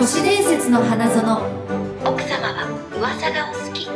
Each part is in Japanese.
都市伝説の花園。 奥様は噂がお好き。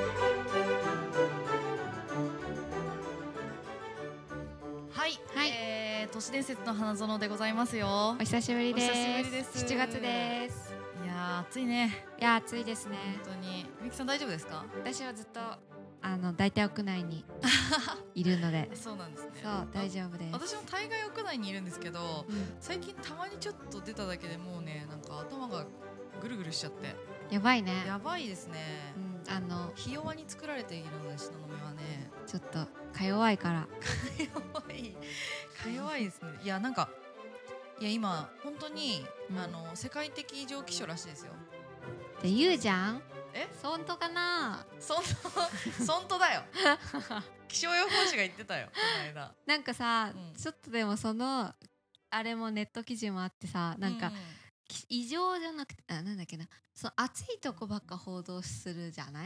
はい、 はい都市伝説の花園でございますよ。 お久しぶりです。 お久しぶりです。 7月です。 いやー暑いね。 いや暑いですね。 本当に。みきさん大丈夫ですか？ 私はずっと大体屋内にいるのでそうなんですね。 そう大丈夫です。 私も大概屋内にいるんですけど、 うん、 最近たまにちょっと出ただけでもうね、なんか頭がぐるぐるしちゃってやばいね。 やばいですね。ひ弱に作られているので東雲はね、 ちょっとか弱いからか弱いですね。いやなんかいや今本当に、世界的異常気象らしいですよ。 って言うじゃん。 え？ 本当かな。 本当だよ。気象予報士が言ってたよこの間。 なんかさ、 うんちょっとでもあれもネット記事もあってさ、なんか、異常じゃなくてなんだっけな、暑いとこばっか報道するじゃない。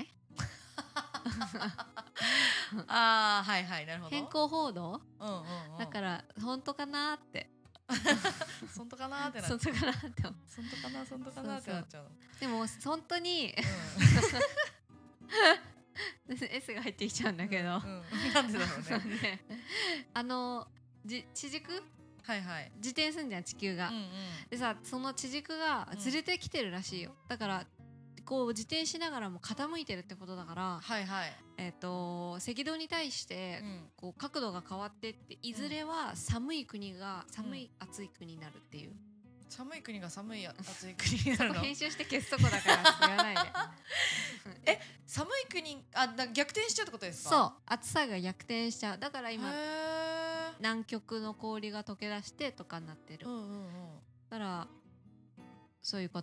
ああはいはいなるほど。 変更報道、 うんだから本当かなって本当かなってなっ本当かなって思う。 本当かなってなっちゃうの。 でも本当にS が入ってきちゃうんだけど、 なんでだろうね。 地軸はいはい自転すんじゃん地球が、でさその地軸がずれてきてるらしいよ。だからこう自転しながらも傾いてるってことだから、 はいはい赤道に対してこう角度が変わってっていずれは寒い国が寒い暑い国になるっていう。 寒い国が寒い暑い国になるの。 編集して消すとこだから言わないで。 寒い国逆転しちゃうってことですか？ そう暑さが逆転しちゃう。だから今へ南極の氷が溶け出してとかになってる。だからそういうこと。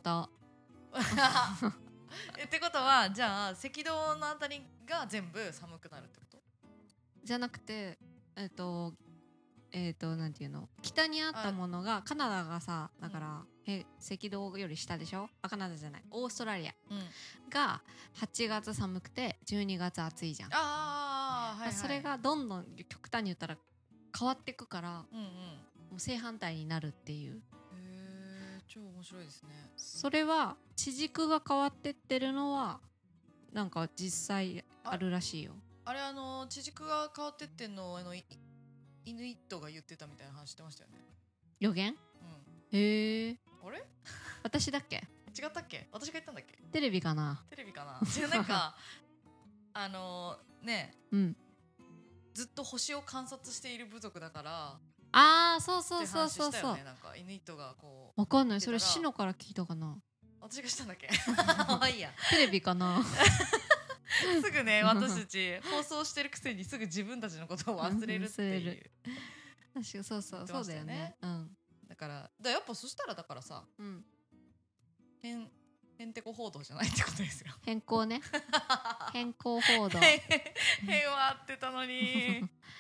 ってことはじゃあ赤道のあたりが全部寒くなるってこと？ じゃなくてなんていうの、北にあったものがカナダがさ、だから赤道より下でしょ。カナダじゃない、オーストラリアが8月寒くて12月暑いじゃん。 はいはい、 それがどんどん極端に言ったら変わっていくから、もう正反対になるっていう。 超面白いですね。 それは地軸が変わってってるのはなんか実際あるらしいよ。 あれ地軸が変わってってんのをイヌイットが言ってたみたいな話してましたよね。 予言？へえ。 あれ？ 私だっけ？ 違ったっけ？私が言ったんだっけ？ テレビかな？ 違うなんかね、ずっと星を観察している部族だから。 そうって話したよね。 なんかイヌイットがこうわかんない。それシノから聞いたかな。 私がしたんだっけ？いいや。 テレビかな。 すぐね私たち放送してるくせにすぐ自分たちのことを忘れるっていう。 確かそうだよね。 だからやっぱそしたらだからさ、へんてこ報道じゃないってことですよ。 変更ね。変更報道。 変は合ってたのに。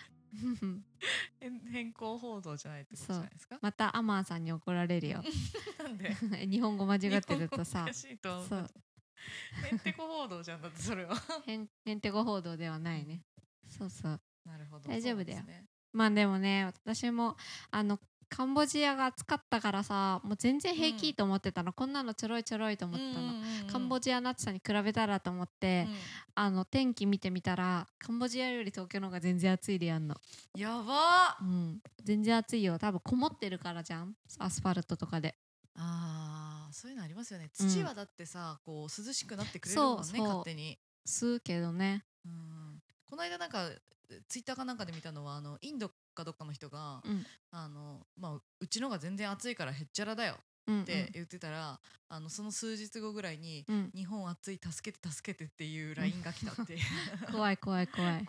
変更報道じゃないってことじゃないですか。 またアマンさんに怒られるよ。 なんで？ 日本語間違ってるとさ。 そう。へんてこ報道じゃんだってそれは。 へんてこ報道ではないね。そうそう。 なるほど。 大丈夫だよ。まあでもね、私もカンボジアが暑かったからさ、もう全然平気と思ってたの。こんなのちょろいと思ってたの。カンボジアの暑さに比べたらと思って、天気見てみたらカンボジアより東京の方が全然暑いでやんの。 やばー。全然暑いよ。多分こもってるからじゃん、アスファルトとかで。 そういうのありますよね。土はだってさ、こう涼しくなってくれるもんね、勝手に。 吸うけどね。 この間なんかツイッターかなんかで見たのはインドかどっかの人が、うちのが全然暑いからへっちゃらだよって言ってたら、その数日後ぐらいに、日本暑い助けてっていう LINE が来たっていう怖いそう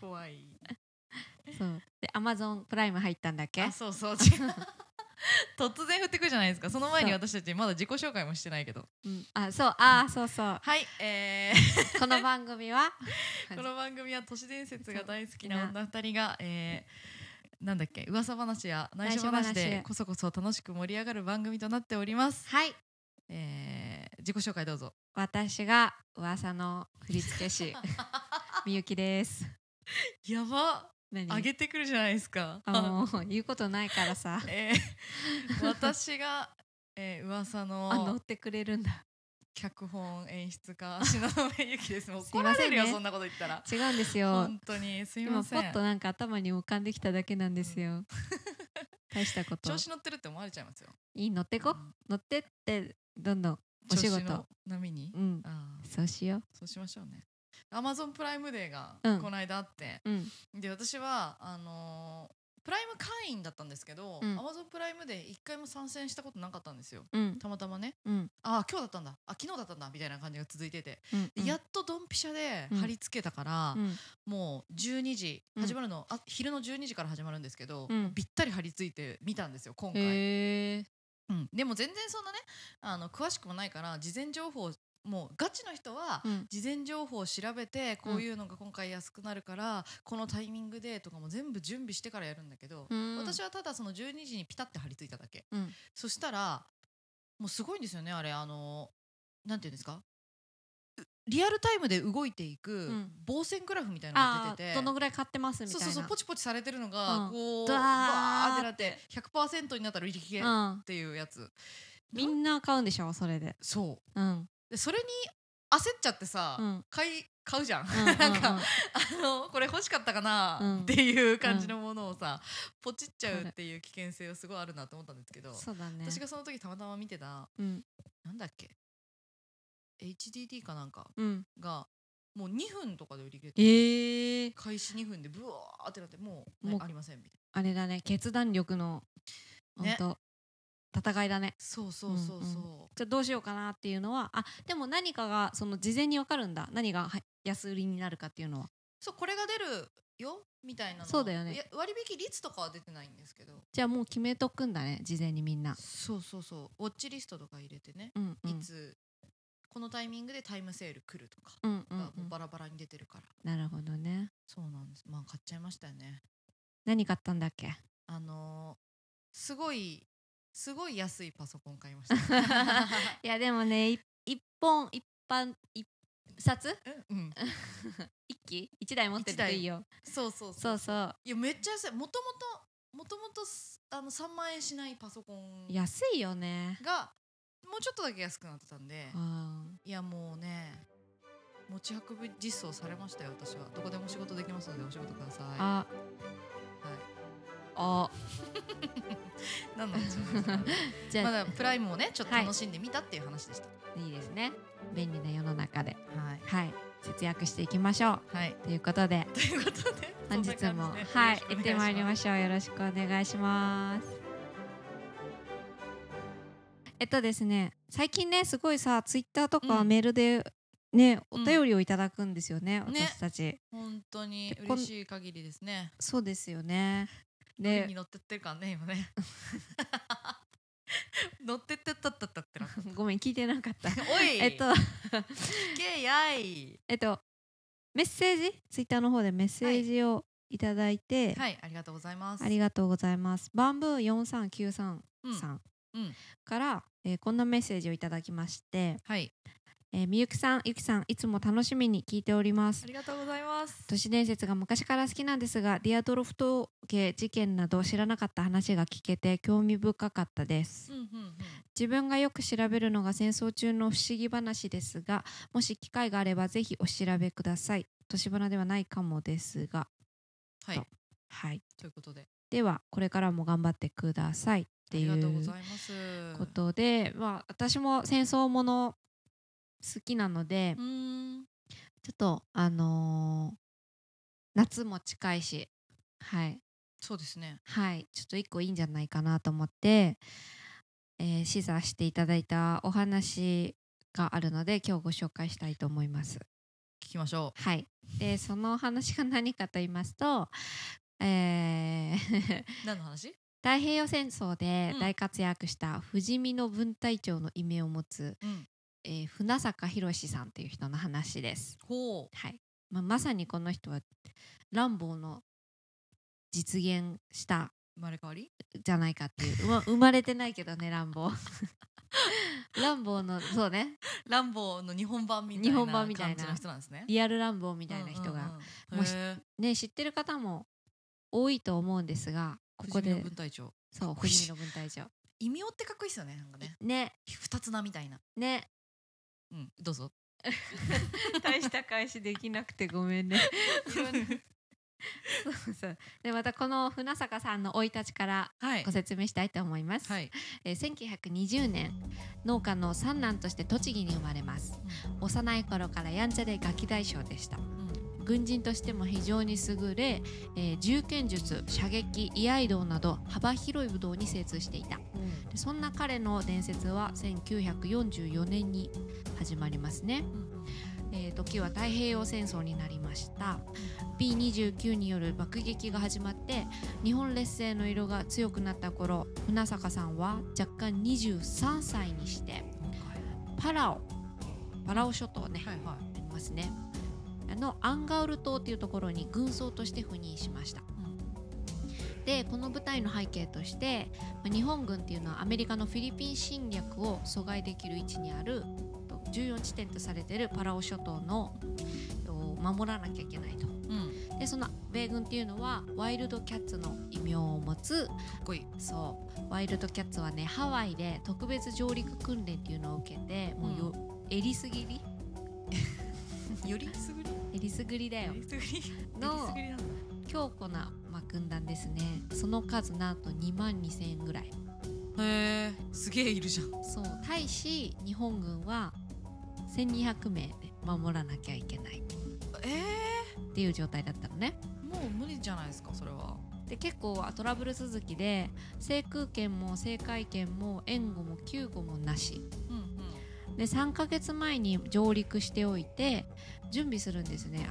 でアマゾンプライム入ったんだっけ？ そう突然降ってくるじゃないですか。その前に私たちまだ自己紹介もしてないけど、 そうはいこの番組は都市伝説が大好きな女2人がなんだっけ、噂話や内緒話でこそこそ楽しく盛り上がる番組となっております。 はい、 自己紹介どうぞ。 私が噂の振付師みゆきです。 やば、上げてくるじゃないですか。 もう言うことないからさ。 私が噂乗のってくれるんだ。 脚本演出家東雲ゆきです。もう怒られるよ、 すいませんねそんなこと言ったら。 違うんですよ。 本当にすいません。 今ポッとなんか頭に浮かんできただけなんですよ。大したこと。 調子乗ってるって思われちゃいますよ。 いい、乗ってこ、乗ってってどんどんお仕事調子の波に、 そうしよう。 そうしましょうね。Amazon プライムデーがこの間あって、で私はプライム会員だったんですけど、Amazon プライムデー一回も参戦したことなかったんですよ。たまたまね、今日だったんだ、昨日だったんだみたいな感じが続いてて、やっとドンピシャで貼り付けたから、もう12時始まるの、昼の12時から始まるんですけど、ぴったり貼り付いて見たんですよ今回。でも全然そんなね詳しくもないから、事前情報、もうガチの人は事前情報を調べて、こういうのが今回安くなるからこのタイミングでとかも全部準備してからやるんだけど、私はただその12時にピタッて貼り付いただけ、そしたらもうすごいんですよね、あれ。なんていうんですか、リアルタイムで動いていく棒線グラフみたいなのが出てて、 どのぐらい買ってますみたいな、 そうポチポチされてるのがこうバーってなって 100% になったら売り切れっていうやつ、 みんな買うんでしょそれで。 そう、でそれに焦っちゃってさ、買うじゃん、なんかこれ欲しかったかな、っていう感じのものをさ、ポチっちゃうっていう危険性はすごいあるなと思ったんですけど、 そうだね、 私がその時たまたま見てた、なんだっけ HDD かなんかがもう2分とかで売り切れて、開始2分でブワーってなって、もうありませんみたいな。 あれだね、決断力の本当戦いだね。 そうじゃあどうしようかなっていうのは、でも何かがその事前に分かるんだ、何が安売りになるかっていうのは。 そう、これが出るよみたいなの。 そうだよね。 割引率とかは出てないんですけど、 じゃあもう決めとくんだね、事前にみんな。 そうウォッチリストとか入れてね、いつこのタイミングでタイムセール来るとかがもうバラバラに出てるから。 なるほどね。 そうなんです。まあ買っちゃいましたよね。 何買ったんだっけ。 すごい安いパソコン買いましたいやでもね、一冊一機一台持ってるといいよ。 そういやめっちゃ安い。もともと3万円しないパソコン安いよねがもうちょっとだけ安くなってたんで、いやもうね、持ち運び実装されましたよ。私はどこでも仕事できますのでお仕事ください。何なんですかじゃあまだプライムをねちょっと楽しんでみたっていう話でした。 いいですね、便利な世の中で、節約していきましょう、ということで本日も行ってまいりましょう。よろしくお願いします。ですね、最近ねすごいさ、ツイッターとかメールでね、お便りをいただくんですよね、私たち。 本当に嬉しい限りですね。 そうですよね。 で、乗ってってるからね今ね。乗ってってったってな。 ごめん聞いてなかった。 おい。けやい。 メッセージ、ツイッターの方でメッセージをいただいて、 ありがとうございます。 ありがとうございます。バンブー4393さんからこんなメッセージをいただきまして、みゆきさん、ゆきさん、いつも楽しみに聞いております。 ありがとうございます。 都市伝説が昔から好きなんですが、ディアドルフト家事件など知らなかった話が聞けて興味深かったです。自分がよく調べるのが戦争中の不思議話ですが、もし機会があればぜひお調べください。年花ではないかもですが、ということで、 ではこれからも頑張ってくださいっていうことで、私も戦争もの好きなので、ちょっと夏も近いし、 そうですね、 ちょっと一個いいんじゃないかなと思って、示唆していただいたお話があるので今日ご紹介したいと思います。 聞きましょう。 でそのお話が何かと言いますと、 何の話？ 太平洋戦争で大活躍した不死身の分隊長の異名を持つ、船坂宏さんという人の話です。まさにこの人はランボーの実現した生まれ変わりじゃないかっていう生まれてないけどね、ランボーランボーの、そうね、 ランボーの日本版みたいな感じの人なんですね。 リアルランボーみたいな人が、もうね、知ってる方も多いと思うんですが、ここで不死身の分隊長、 そう、不死身の分隊長異名ってかっこいいですよね、なんかね。 ね。 二つ名みたいな。 ね。 うん、どうぞ。 大した返しできなくてごめんね。そうそう。でまたこの船坂さんの生い立ちからご説明したいと思います。はい。1920年農家の三男として栃木に生まれます。幼い頃からやんちゃでガキ大将でした。軍人としても非常に優れ、銃剣術、射撃、居合道など幅広い武道に精通していた。でそんな彼の伝説は1944年に始まりますね。時は太平洋戦争になりました。B29 による爆撃が始まって日本列勢の色が強くなった頃、船坂さんは若干23歳にしてパラオ諸島ね、はいはい、ありますね、アンガウル島というところに軍曹として赴任しました。でこの部隊の背景として日本軍っていうのはアメリカのフィリピン侵略を阻害できる位置にある重要地点とされているパラオ諸島の守らなきゃいけないと、でその米軍っていうのはワイルドキャッツの異名を持つ。かっこいい。そうワイルドキャッツはねハワイで特別上陸訓練っていうのを受けて、もうえりすぐりよりすぐりえりすぐりだよの強固な、軍団ですね。その数なんと22,000ぐらい。 へえ、すげえいるじゃん。 そう対し日本軍は1200名で守らなきゃいけないっていう状態だったのね。 もう無理じゃないですかそれは。 で結構トラブル続きで制空権も制海権も援護も救護もなし、で3ヶ月前に上陸しておいて準備するんですね。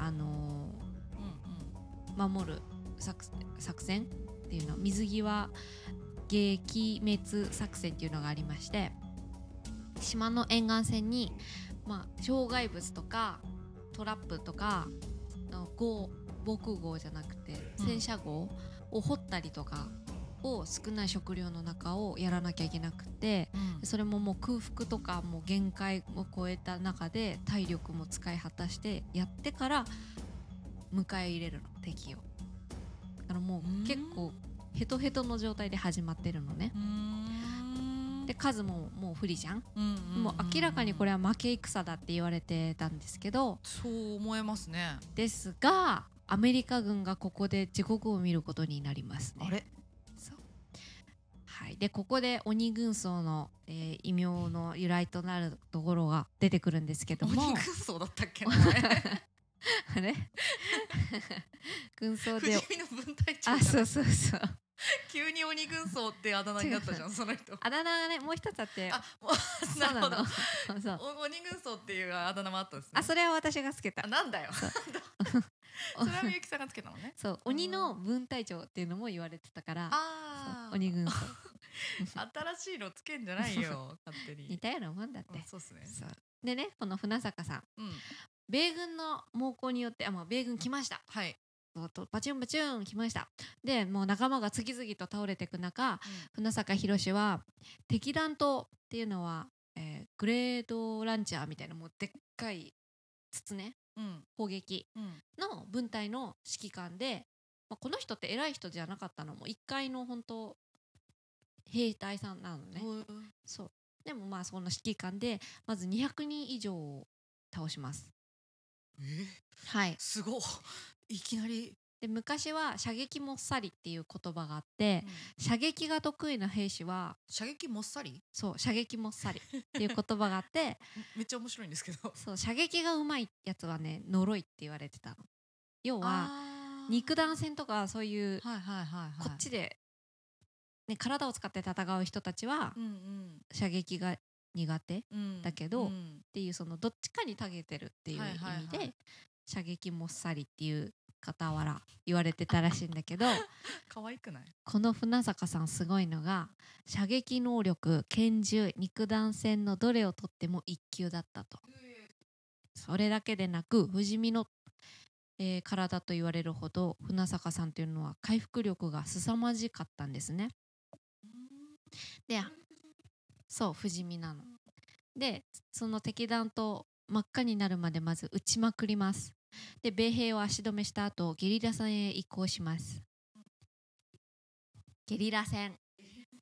守る作戦っていうの、水際撃滅作戦っていうのがありまして、島の沿岸線に、障害物とかトラップとか防空壕じゃなくて戦車壕を掘ったりとかを少ない食料の中をやらなきゃいけなくて、それももう空腹とかもう限界を超えた中で体力も使い果たしてやってから迎え入れるの、敵を。だからもう結構ヘトヘトの状態で始まってるのね。で数ももう不利じゃん、もう明らかにこれは負け戦だって言われてたんですけど、 そう思えますね。 ですがアメリカ軍がここで地獄を見ることになりますね。 あれそう、はい、でここで鬼軍曹の、異名の由来となるところが出てくるんですけども。 鬼軍曹だったっけあれ軍曹で不死身の分隊長。 あ、そうそうそう急に鬼軍曹ってあだ名になったじゃんその人。 あだ名がねもう一つあって、 なるほどそう鬼軍曹っていうあだ名もあったんですね。 あ、それは私がつけた。 なんだよそれはみゆきさんがつけたのね。 そう鬼の分隊長っていうのも言われてたから、鬼軍曹新しいのつけんじゃないよ勝手に。 似たようなもんだって。 そうっすね。 でね、この船坂さん、米軍の猛攻によって米軍来ました。はい。バチュンバチュン来ました。でもう仲間が次々と倒れていく中、船坂宏は敵弾頭っていうのは、グレードランチャーみたいなもうでっかい筒ね、砲撃の分隊の指揮官で、この人って偉い人じゃなかったのも一階の本当兵隊さんなのね。そうでもその指揮官でまず200人以上を倒します。はい、 すごい。いきなりで昔は射撃もっさりっていう言葉があって、射撃が得意な兵士は射撃もっさり、 そう射撃もっさりっていう言葉があってめっちゃ面白いんですけど、 そう射撃がうまいやつはね呪いって言われてたの。要は肉弾戦とかそういうこっちで、ね、体を使って戦う人たちは射撃が苦手だけどっていう、そのどっちかに長けてるっていう意味で射撃もっさりっていう傍ら言われてたらしいんだけど可愛くない？ この船坂さんすごいのが射撃能力、拳銃、肉弾戦のどれをとっても一級だったと。それだけでなく不死身の、体と言われるほど船坂さんというのは回復力が凄まじかったんですね。でそう不死身なので、その敵弾と真っ赤になるまでまず撃ちまくります。で米兵を足止めした後ゲリラ戦へ移行します。ゲリラ戦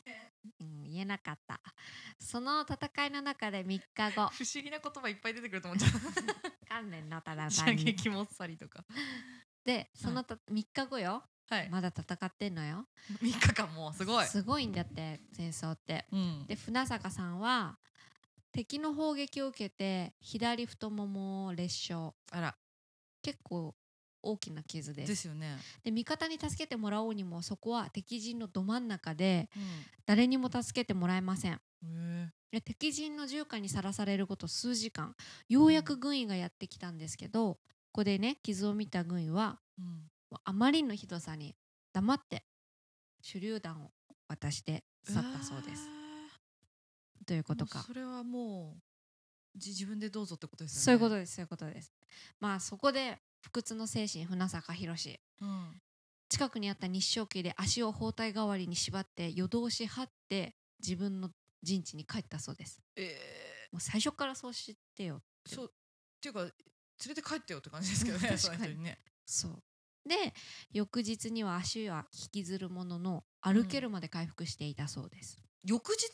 言えなかった。その戦いの中で3日後不思議な言葉いっぱい出てくると思っちゃう。 関連のただ射単に撃もっさりとか。 でその3日後よ、 はい、 まだ戦ってんのよ。 3日間もすごい。 すごいんだって戦争って、で船坂さんは敵の砲撃を受けて左太ももを裂傷。 あら、 結構大きな傷です。 ですよね。 で味方に助けてもらおうにもそこは敵陣のど真ん中で、誰にも助けてもらえません。敵陣の銃火にさらされること数時間、ようやく軍医がやってきたんですけど、ここでね傷を見た軍医は、あまりのひどさに黙って手榴弾を渡して去ったそうです。ということか。 それはもう自分でどうぞってことですよね。 そういうことです、そういうことです。まあそこで不屈の精神船坂宏、近くにあった日照旗で足を包帯代わりに縛って夜通し張って自分の陣地に帰ったそうです。もう最初からそうしてよって。 そうっていうか連れて帰ってよって感じですけどね。 確かにね。そうで翌日には足は引きずるものの歩けるまで回復していたそうです。 翌日？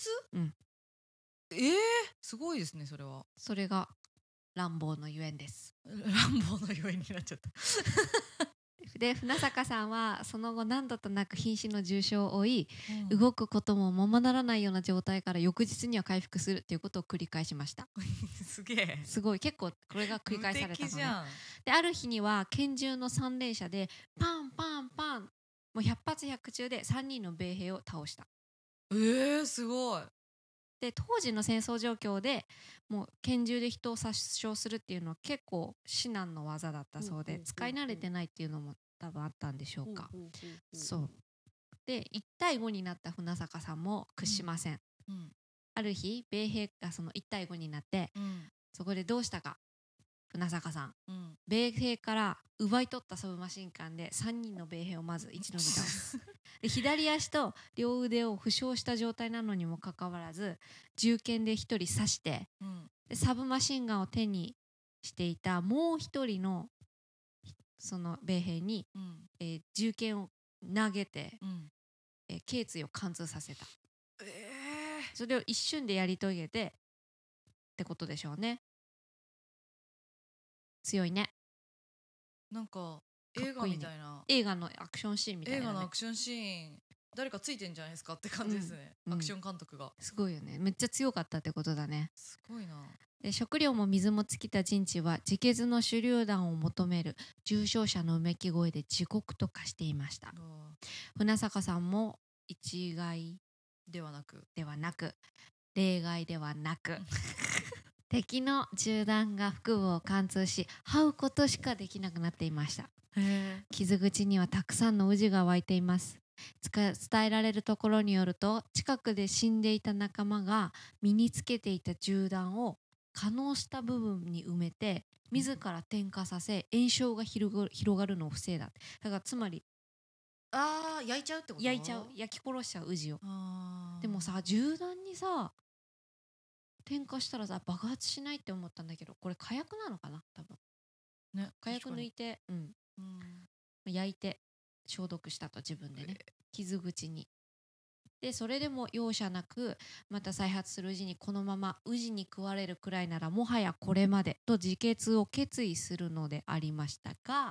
すごいですね。それは。 それが乱暴のゆえんです。 乱暴のゆえんになっちゃった。 で船坂さんはその後何度となく瀕死の重傷を負い、動くこともままならないような状態から翌日には回復するということを繰り返しました。 すげえ。 すごい、結構これが繰り返されたのね。である日には拳銃の3連射でパンパンパン、もう100発100中で3人の米兵を倒した。 すごい。 で当時の戦争状況でもう拳銃で人を殺傷するっていうのは結構至難の技だったそうで、使い慣れてないっていうのも多分あったんでしょうか。そうで1対5になった船坂さんも屈しません。ある日米兵がその1対5になって、そこでどうしたか。船坂さん、米兵から奪い取ったサブマシンガンで3人の米兵をまず一度に倒す。で左足と両腕を負傷した状態なのにもかかわらず銃剣で1人刺して、でサブマシンガンを手にしていたもう1人のその米兵に、銃剣を投げて、頸椎を貫通させた。それを一瞬でやり遂げてってことでしょうね。強いね。 なんか映画みたいな、 映画のアクションシーンみたいな、 映画のアクションシーン、誰かついてんじゃないですかって感じですね。アクション監督がすごいよね。めっちゃ強かったってことだね。 すごいな。 で食料も水も尽きた陣地は自決の手榴弾を求める重傷者のうめき声で地獄と化していました。船坂さんも一概ではなく例外ではなく敵の銃弾が腹部を貫通し這うことしかできなくなっていました。傷口にはたくさんの蛆が湧いています。伝えられるところによると近くで死んでいた仲間が身につけていた銃弾を可能した部分に埋めて自ら点火させ炎症が広がるのを防いだ。だからつまり焼いちゃうってこと？ 焼き殺しちゃう蛆を。でもさ銃弾にさ点火したらさ爆発しないって思ったんだけど、これ火薬なのかな多分ね。火薬抜いて焼いて消毒したと自分でね、傷口に。でそれでも容赦なくまた再発するうちにこのまま蛆に食われるくらいならもはやこれまでと自決を決意するのでありましたが、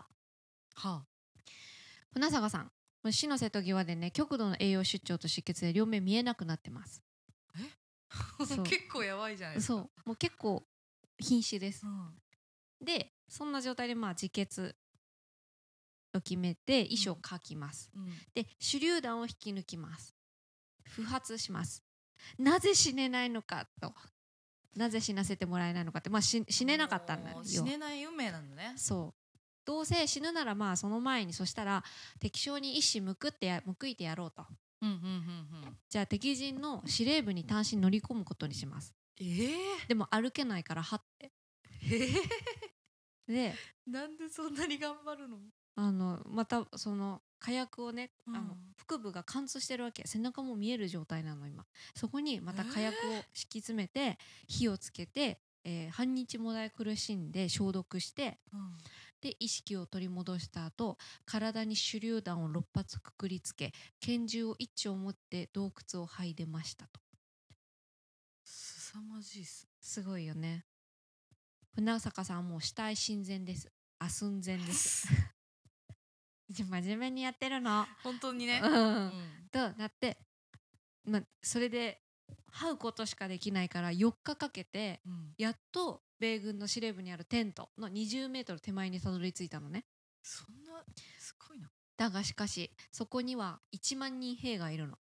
船坂さん死の瀬戸際でね極度の栄養失調と失血で両目見えなくなってます。 結構やばいじゃないですか。 そうもう結構瀕死です。でそんな状態で自決を決めて遺書を書きます。で手榴弾を引き抜きます。不発します。なぜ死ねないのかと、なぜ死なせてもらえないのかって、死ねなかったんだよ。 死ねない運命なんだね。 そうどうせ死ぬならその前にそしたら敵将に一矢報いてやろうと。じゃあ敵陣の司令部に単身乗り込むことにします。でも歩けないからはってでなんでそんなに頑張るの？ またその火薬をね、腹部が貫通してるわけ。背中も見える状態なの今。そこにまた火薬を敷き詰めて火をつけて、半日もだえ苦しんで消毒して、 で意識を取り戻した後、体に手榴弾を6発くくりつけ、拳銃を1丁持って洞窟を這い出ましたと。 凄まじいっす。 すごいよね。船坂さんはもう死体寸前です。寸前です真面目にやってるの本当にね、 とだって、それで這うことしかできないから4日かけて、やっと米軍の司令部にあるテントの20メートル手前にたどり着いたのね。 そんなすごいな。 だがしかしそこには1万人兵がいるの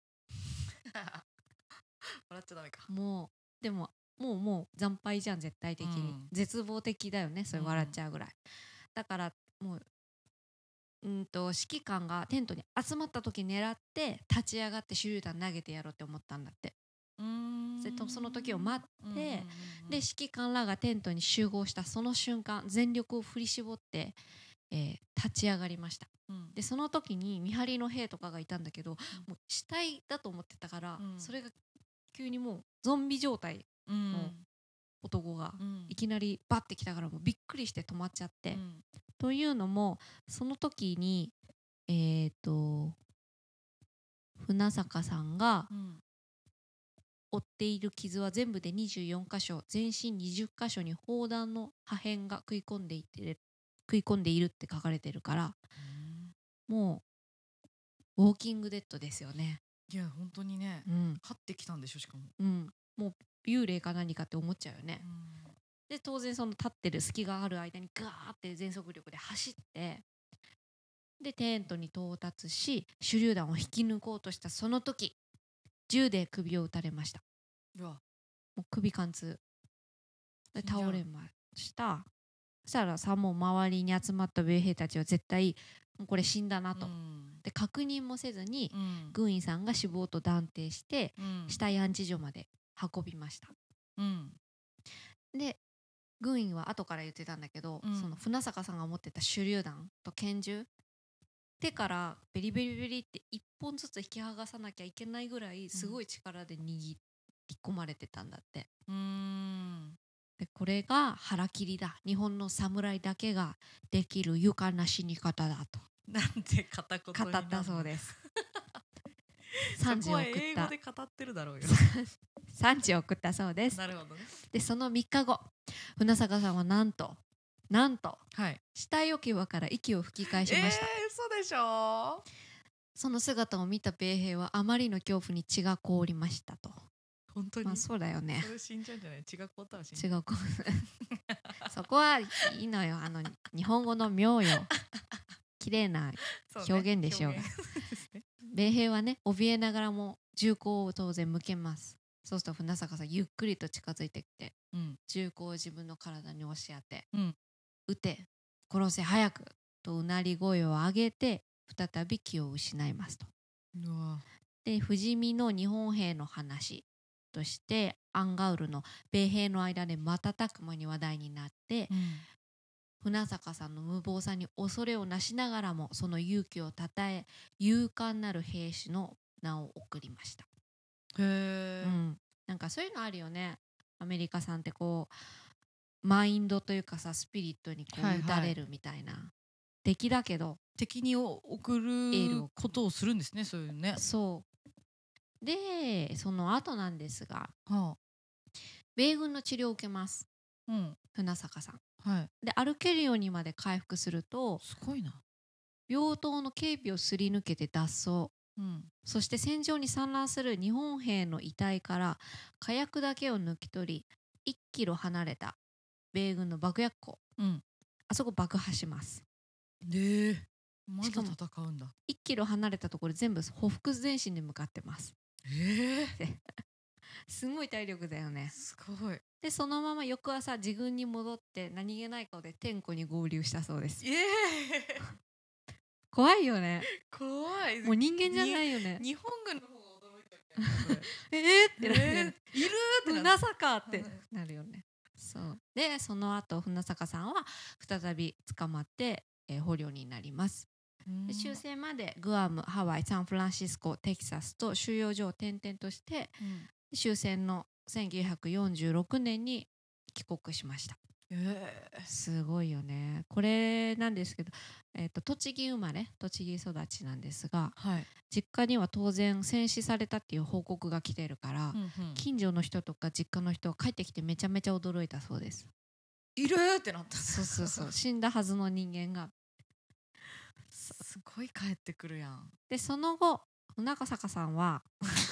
笑っちゃダメか。 でももう惨敗じゃん、絶対的に、絶望的だよね、それ笑っちゃうぐらい、だからもう指揮官がテントに集まった時狙って立ち上がって手榴弾投げてやろうって思ったんだって。その時を待って、で指揮官らがテントに集合したその瞬間、全力を振り絞って、立ち上がりました、でその時に見張りの兵とかがいたんだけど、もう死体だと思ってたから、それが急にもうゾンビ状態の男がいきなりバッて来たから、もうびっくりして止まっちゃって、というのもその時に船坂さんが負っている傷は全部で24箇所、全身20箇所に砲弾の破片が食い込んでいるって書かれてるから、もうウォーキングデッドですよね。 いや本当にね、勝ってきたんでしょ、しかも、 もう幽霊か何かって思っちゃうよね、で当然その立ってる隙がある間にガーって全速力で走って、でテントに到達し手榴弾を引き抜こうとしたその時、銃で首を撃たれました。もう首貫通で倒れました。そしたらさ、もう周りに集まった米兵たちは絶対もうこれ死んだなと、で確認もせずに、軍医さんが死亡と断定して、死体安置所まで運びました、で軍医は後から言ってたんだけど、その船坂さんが持ってた手榴弾と拳銃、手からベリベリベリって1本ずつ引き剥がさなきゃいけないぐらいすごい力で握り込まれてたんだって、でこれが腹切りだ、日本の侍だけができる勇敢な死に方だとなんて片言になるの、 語ったそうです賛辞を送った。 英語で語ってるだろうよ賛辞を送ったそうです。 なるほどね。 でその3日後、船坂さんはなんと、 はい、 死体置き場から息を吹き返しました。 嘘でしょ。 その姿を見た米兵はあまりの恐怖に血が凍りましたと。 本当に、 そうだよね。 それ死んじゃうんじゃない？血が凍ったら死んじゃう。 そこはいいのよ、日本語の妙よ綺麗な表現でしょうが、米兵はね、怯えながらも銃口を当然向けます。そうすると船坂さんゆっくりと近づいてきて、銃口を自分の体に押し当て、撃て、殺せ、早くとうなり声を上げて再び気を失いますと。で不死身の日本兵の話としてアンガウルの米兵の間で瞬く間に話題になって、船坂さんの無謀さに恐れをなしながらもその勇気をたたえ、勇敢なる兵士の名を送りました。 へー、 なんかそういうのあるよね、アメリカさんってこうマインドというかさ、スピリットにこう打たれるみたいな、敵だけど敵に送ることをするんですね、そういうね。 そうで、その後なんですが、米軍の治療を受けます、船坂さん。で歩けるようにまで回復すると、 すごいな。 病棟の警備をすり抜けて脱走、そして戦場に散乱する日本兵の遺体から火薬だけを抜き取り、1キロ離れた米軍の爆薬庫、あそこ爆破します。 まだ戦うんだ。 1キロ離れたところ全部ほふ前進で向かってます。すごい体力だよね。 すごい。 でそのまま翌朝自軍に戻って何気ない顔で天子に合流したそうです。怖いよね。 怖い。 もう人間じゃないよね。 日本軍の方が驚いたってなる、いるって船坂ってなるよね。そうでその後船坂さんは再び捕まって、捕虜になります。で終戦までグアム、ハワイ、サンフランシスコ、テキサスと収容所を転々として、終戦の1946年に帰国しました。 すごいよね。これなんですけど、栃木生まれ栃木育ちなんですが、 はい、 実家には当然戦死されたっていう報告が来てるから、 うんうん、 近所の人とか実家の人は帰ってきてめちゃめちゃ驚いたそうです。 いるってなった。 そうそうそう死んだはずの人間が。 すごい帰ってくるやん。 でその後船坂さんは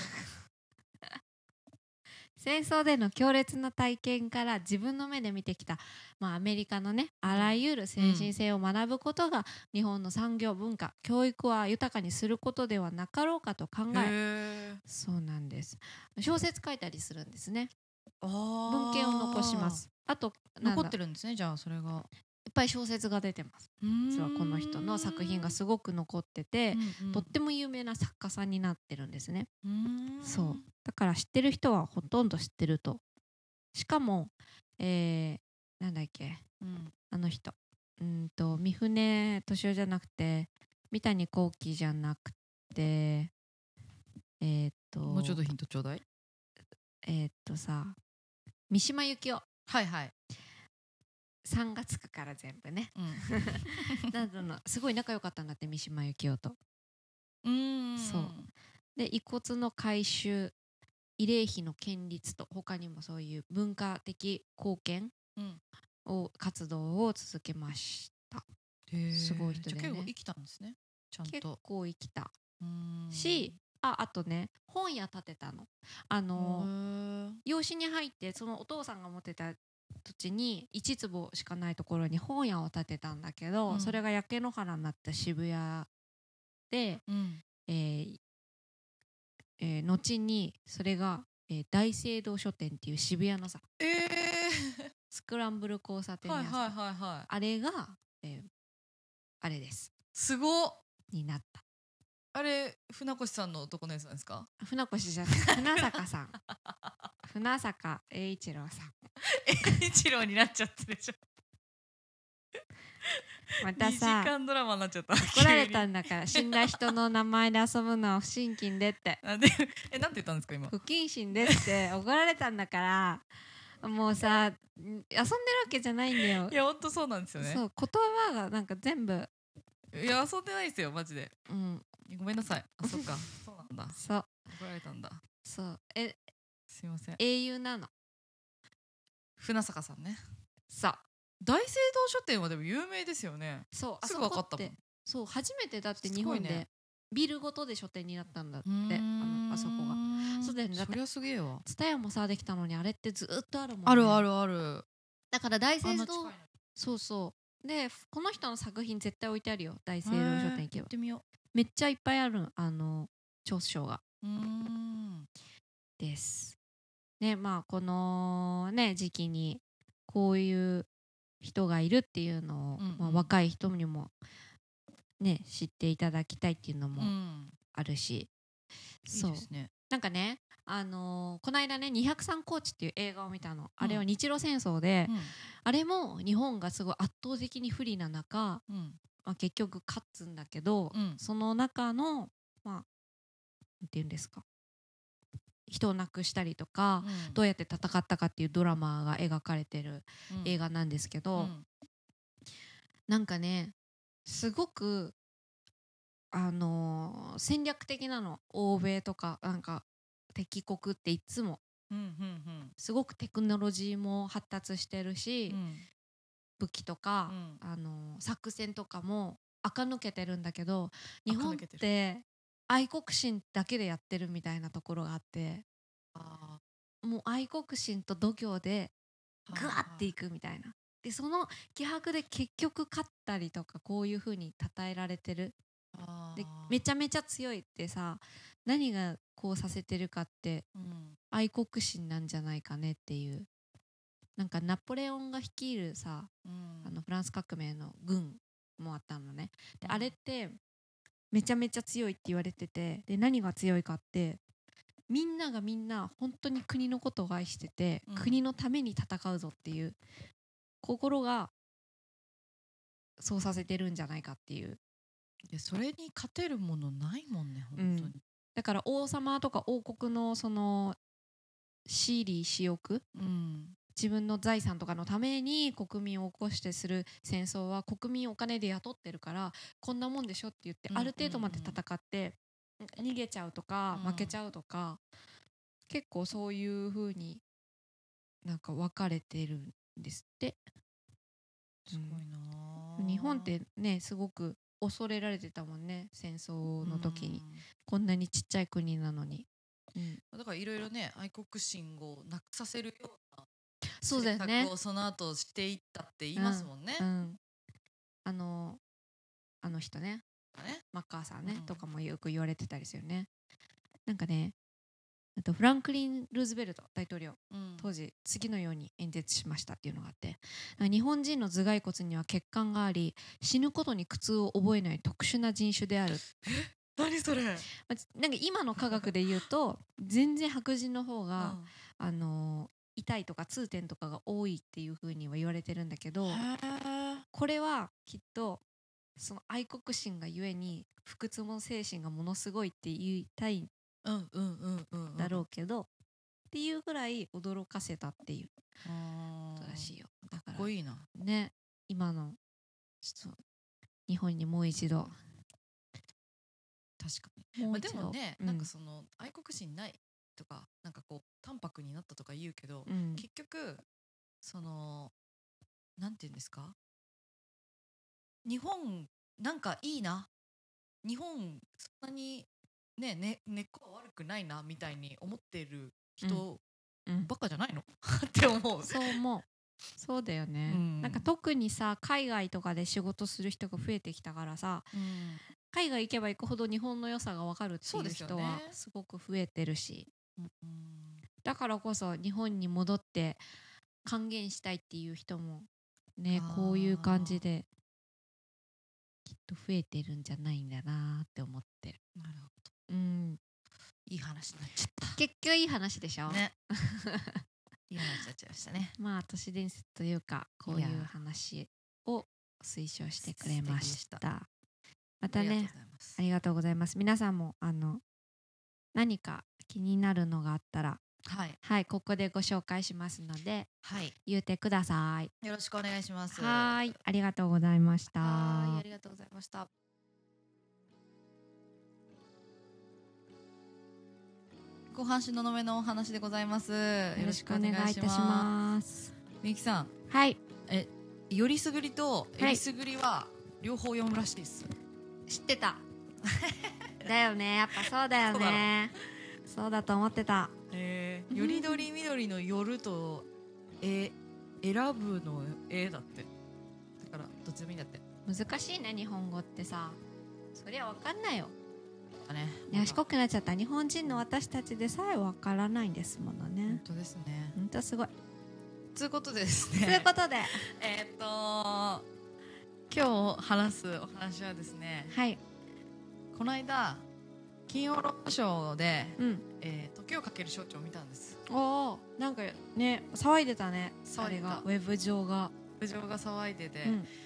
戦争での強烈な体験から自分の目で見てきた、アメリカのねあらゆる先進性を学ぶことが日本の産業文化教育は豊かにすることではなかろうかと考え、そうなんです。小説書いたりするんですね。文献を残します。あと残ってるんですね。じゃあそれがいっぱい小説が出てます。実はこの人の作品がすごく残ってて、とっても有名な作家さんになってるんですね。そうだから知ってる人はほとんど知ってると。しかも、なんだっけ、あの人三船敏夫じゃなくて三谷幸喜じゃなくてもうちょっとヒントちょうだい。 さ三島由紀夫。 はいはい。 3がつくから全部ね、などのすごい仲良かったんだって三島由紀夫と。そうで遺骨の回収慰霊碑の建立と他にもそういう文化的貢献活動を続けました。すごい人でね。 じゃあ結構生きたんですね。ちゃんと結構生きたし、あとね本屋建てたの。養子に入ってそのお父さんが持ってた土地に1坪しかないところに本屋を建てたんだけど、それが焼け野原になった渋谷で、後にそれが、大聖堂書店っていう渋谷のさ、スクランブル交差点にあれが、あれです。 すごっになった。 あれ船越さんの男のやつなんですか？ 船越じゃない船坂さん船坂栄一郎さん栄一郎になっちゃったでしょ。 またさ 2時間ドラマになっちゃった。 怒られたんだから死んだ人の名前で遊ぶのは不審金でってなんて言ったんですか今？ 不謹慎でって怒られたんだからもうさ遊んでるわけじゃないんだよ。 いやほんとそうなんですよね。 そう言葉がなんか全部いや遊んでないですよマジで。ごめんなさい。あそっかそうなんだ。 そう怒られたんだ。 そうすいません。 英雄なの船坂さんね。 そう大聖堂書店はでも有名ですよね。 そうすぐ分かったもん。 そう初めてだって日本でビルごとで書店になったんだってあそこが。そうだよね。だってそりゃすげえわ。 蔦屋もさできたのにあれってずっとあるもんね。 あるあるある。 だから大聖堂そうそうでこの人の作品絶対置いてあるよ大聖堂書店行けば。 行ってみよう。 めっちゃいっぱいある著書がですね。このね時期にこういう人がいるっていうのを、若い人にもね知っていただきたいっていうのもあるし、そういいですね。なんかねこの間ね203高地っていう映画を見たの。あれは日露戦争で、あれも日本がすごい圧倒的に不利な中、結局勝つんだけど、その中のなんていうんですか人を亡くしたりとか、どうやって戦ったかっていうドラマが描かれてる映画なんですけど、なんかねすごく戦略的なの。欧米とかなんか敵国っていつもすごくテクノロジーも発達してるし、武器とか、作戦とかも垢抜けてるんだけど、日本って愛国心だけでやってるみたいなところがあって、もう愛国心と度胸でグワッていくみたいな。でその気迫で結局勝ったりとかこういう風に称えられてる。でめちゃめちゃ強いってさ、何がこうさせてるかって、愛国心なんじゃないかねっていう。なんかナポレオンが率いるさ、フランス革命の軍もあったのね。であれってめちゃめちゃ強いって言われてて、で何が強いかってみんながみんな本当に国のことを愛してて、国のために戦うぞっていう心がそうさせてるんじゃないかっていう。 いやそれに勝てるものないもんね本当に。 だから王様とか王国のその私利私欲、 自分の財産とかのために国民を起こしてする戦争は国民をお金で雇ってるからこんなもんでしょって言ってある程度まで戦って逃げちゃうとか負けちゃうとか結構そういう風になんか分かれてるんですって。 すごいな。 日本ってねすごく恐れられてたもんね戦争の時に。こんなにちっちゃい国なのに。 だからいろいろね愛国心をなくさせるようなそうだよね、 政策をその後していったって言いますもんね。 あの人ねマッカーサーね、とかもよく言われてたりするよね。なんかねフランクリン・ルーズベルト大統領、当時次のように演説しましたっていうのがあって、日本人の頭蓋骨には血管があり死ぬことに苦痛を覚えない特殊な人種である。 何それ。 なんか今の科学で言うと全然白人の方が、痛いとか痛点とかが多いっていう風には言われてるんだけど、これはきっとその愛国心がゆえに不屈の精神がものすごいって言いたいんだろうけどっていうぐらい驚かせたっていうことらしいよ。だからかっこいいなね、今のちょっと日本にもう一度確かに、でもね、なんかその愛国心ないとかなんかこう淡白になったとか言うけど、結局そのなんていうんですか、日本なんかいいな、日本そんなに根っこは悪くないなみたいに思ってる人ばっかじゃないのって思う。 そう思う。そうだよね、なんか特にさ海外とかで仕事する人が増えてきたからさ、海外行けば行くほど日本の良さが分かるっていう人はすごく増えてるし、だからこそ日本に戻って還元したいっていう人もねこういう感じできっと増えてるんじゃないんだなって思ってる。 なるほど。いい話になっちゃった。 結局いい話でしょ。ね。 いい話になっちゃいましたね。 まあ都市伝説というかこういう話を推奨してくれました。またね、ありがとうございます。皆さんも何か気になるのがあったら、はい、ここでご紹介しますので、言ってください。 よろしくお願いします。 はい、ありがとうございました。 はい、ありがとうございました。後半しののめのお話でございます。よろしくお願いいたします。みゆきさん。 はい。 よりすぐりとえりすぐりは両方読むらしいです。 知ってた。だよね、やっぱそうだよね。そうだと思ってた。 よりどりみどりの夜と選ぶのだって。だからどっちでもいいんだって。 難しいね日本語ってさ。そりゃわかんないよ。 賢くなっちゃった。日本人の私たちでさえわからないんですものね。 本当ですね。 本当すごい。 ということでですね。 ということで今日話すお話はですね、この間金曜ロードショーで、時をかける少女を見たんです。 おー、なんかね騒いでたね。それがウェブ上が騒いでて、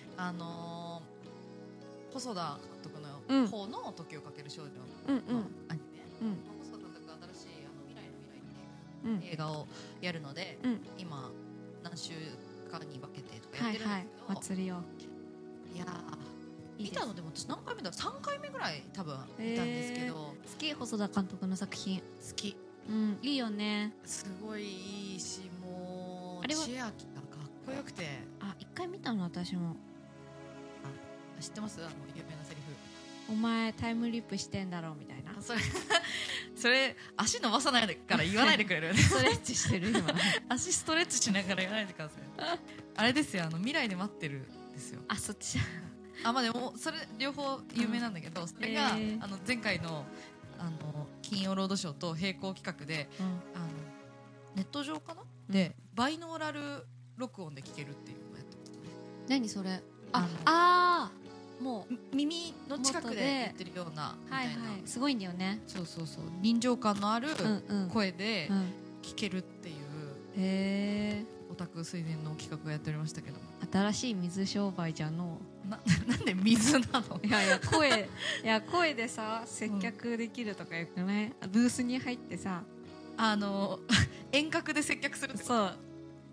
細田監督の方の時をかける少女のアニメ、細田監督が新しい未来の未来っていう映画をやるので、今何週間に分けてとかやってるんですけど、 祭りをいや見たのでも私何回目だろう、3回目ぐらい多分見たんですけど、好き。細田監督の作品好き。 いいよね。 すごいいいし、もう千秋がかっこよくて。 一回見たの私も。 知ってます？有名なセリフ。 お前タイムリープしてんだろうみたいな。 それ足伸ばさないから言わないでくれる。 ストレッチしてる今。 足ストレッチしながら言わないでください。あれですよ、未来で待ってるですよ。 そっち。 まあでもそれ両方有名なんだけど、それが前回の金曜ロードショーと並行企画で、ネット上かな、でバイノーラル録音で聴けるっていうのをやってますね。 何それ？もう耳の近くで言ってるようなみたいな、 すごいんだよね。 そう臨場感のある声で聴けるっていう、オタク推薦の企画をやっておりましたけども、 新しい水商売じゃの。 なんで水なの？ いや声でさ接客できるとかよくない？ブースに入ってさ遠隔で接客するってこと？ そう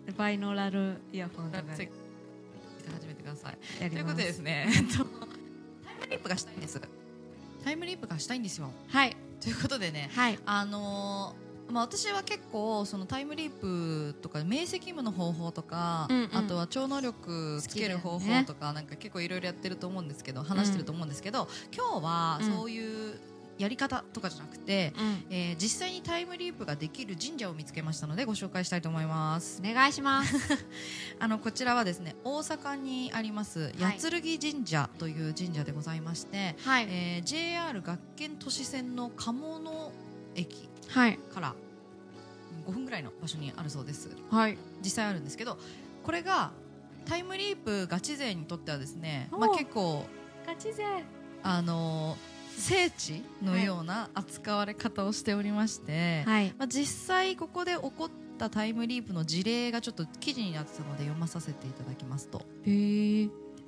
バイノーラルイヤホンとか始めてください。 やります。 ということでですねタイムリープがしたいんです。タイムリープがしたいんですよ。 はいということでね、 はい、 私は結構そのタイムリープとか明晰夢の方法とか、あとは超能力つける方法とか、なんか結構いろいろやってると思うんですけど、話してると思うんですけど、今日はそういうやり方とかじゃなくて、実際にタイムリープができる神社を見つけましたのでご紹介したいと思います。 お願いしますこちらはですね、大阪にあります八剣神社という神社でございまして、はい、JR 学研都市線の鴨野駅から5分ぐらいの場所にあるそうです。はい、実際あるんですけど、これがタイムリープガチ勢にとってはですね、結構ガチ勢聖地のような扱われ方をしておりまして、はい、実際ここで起こったタイムリープの事例がちょっと記事になってたので読まさせていただきますと、大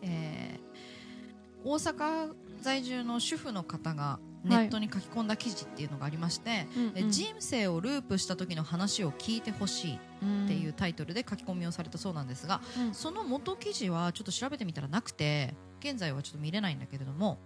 阪在住の主婦の方がネットに書き込んだ記事っていうのがありまして、人生をループした時の話を聞いてほしいっていうタイトルで書き込みをされたそうなんですが、その元記事はちょっと調べてみたらなくて、現在はちょっと見れないんだけれども、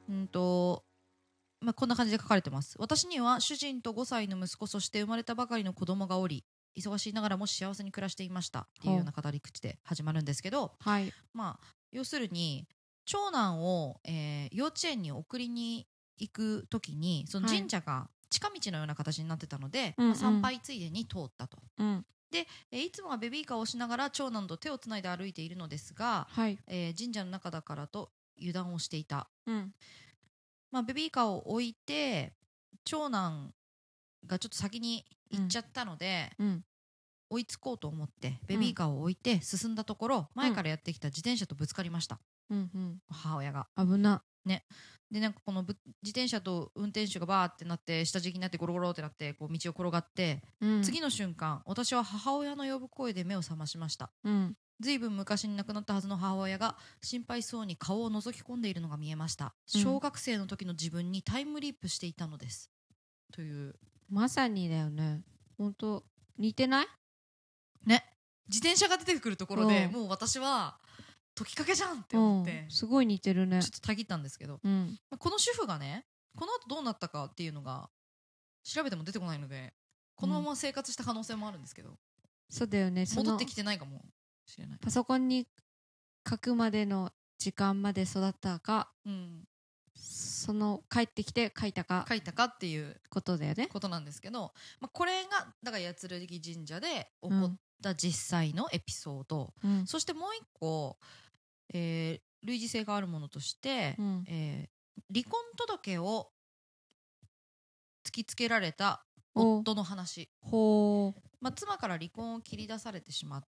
こんな感じで書かれてます。私には主人と5歳の息子、そして生まれたばかりの子供がおり、忙しいながらも幸せに暮らしていましたっていうような語り口で始まるんですけど、はい、要するに長男を、幼稚園に送りに行く時にその神社が近道のような形になってたので、参拝ついでに通ったと、で、いつもはベビーカーを押しながら長男と手をつないで歩いているのですが、はい、神社の中だからと油断をしていた、ベビーカーを置いて長男がちょっと先に行っちゃったので、追いつこうと思ってベビーカーを置いて進んだところ、前からやってきた自転車とぶつかりました、母親が。 危な、 ね、でなんかこの自転車と運転手がバーってなって下敷きになってゴロゴロってなってこう道を転がって、次の瞬間私は母親の呼ぶ声で目を覚ましました、ずいぶん昔に亡くなったはずの母親が心配そうに顔を覗き込んでいるのが見えました、小学生の時の自分にタイムリープしていたのですという。 まさにだよね。本当似てないね。自転車が出てくるところで、もう私は時かけじゃんって思って、 すごい似てるね。 ちょっとたぎったんですけど、この主婦がねこの後どうなったかっていうのが調べても出てこないので、このまま生活した可能性もあるんですけど、 そうだよね。 戻ってきてないかもしれない。 パソコンに書くまでの時間まで育ったか、その帰ってきて書いたかっていうことだよね。 ことなんですけど、これがだから八剣神社で起こった実際のエピソード、そしてもう一個、類似性があるものとして、離婚届を突きつけられた夫の話。妻から離婚を切り出されてしまって、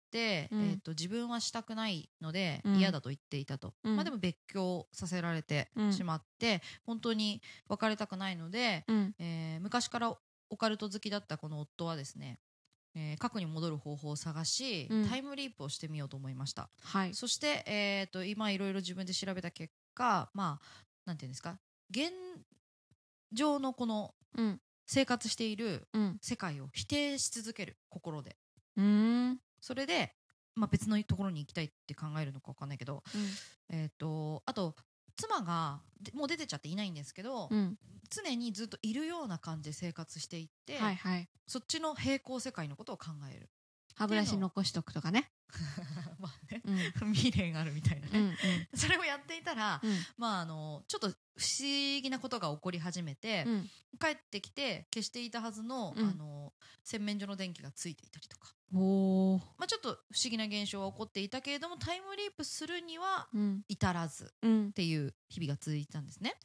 自分はしたくないので嫌だと言っていたと、でも別居させられてしまって、本当に別れたくないので、昔からオカルト好きだったこの夫はですね、過去に戻る方法を探し、タイムリープをしてみようと思いました、そして、今いろいろ自分で調べた結果、なんていうんですか、現状のこの、生活している世界を否定し続ける心で、それで、別のところに行きたいって考えるのか分かんないけど、あと妻がもう出てっちゃっていないんですけど、常にずっといるような感じで生活していって、そっちの平行世界のことを考える。 歯ブラシ残しとくとかね未練があるみたいなね、それをやっていたら、ちょっと不思議なことが起こり始めて、帰ってきて消していたはずの、洗面所の電気がついていたりとか、ちょっと不思議な現象が起こっていたけれども、タイムリープするには至らずっていう日々が続いてたんですね、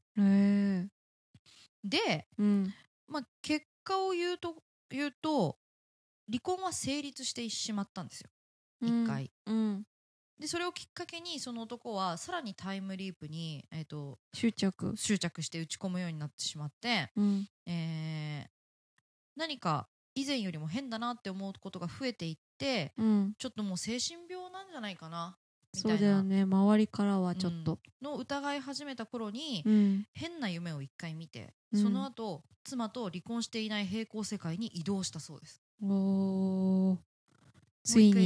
で、結果を言うと離婚は成立してしまったんですよ、一回、でそれをきっかけにその男はさらにタイムリープに、執着して打ち込むようになってしまって、何か以前よりも変だなって思うことが増えていって、ちょっともう精神病なんじゃないかなみたいな、 そうだよね、周りからはちょっと、 の疑い始めた頃に、変な夢を一回見て、その後妻と離婚していない平行世界に移動したそうです。 ついに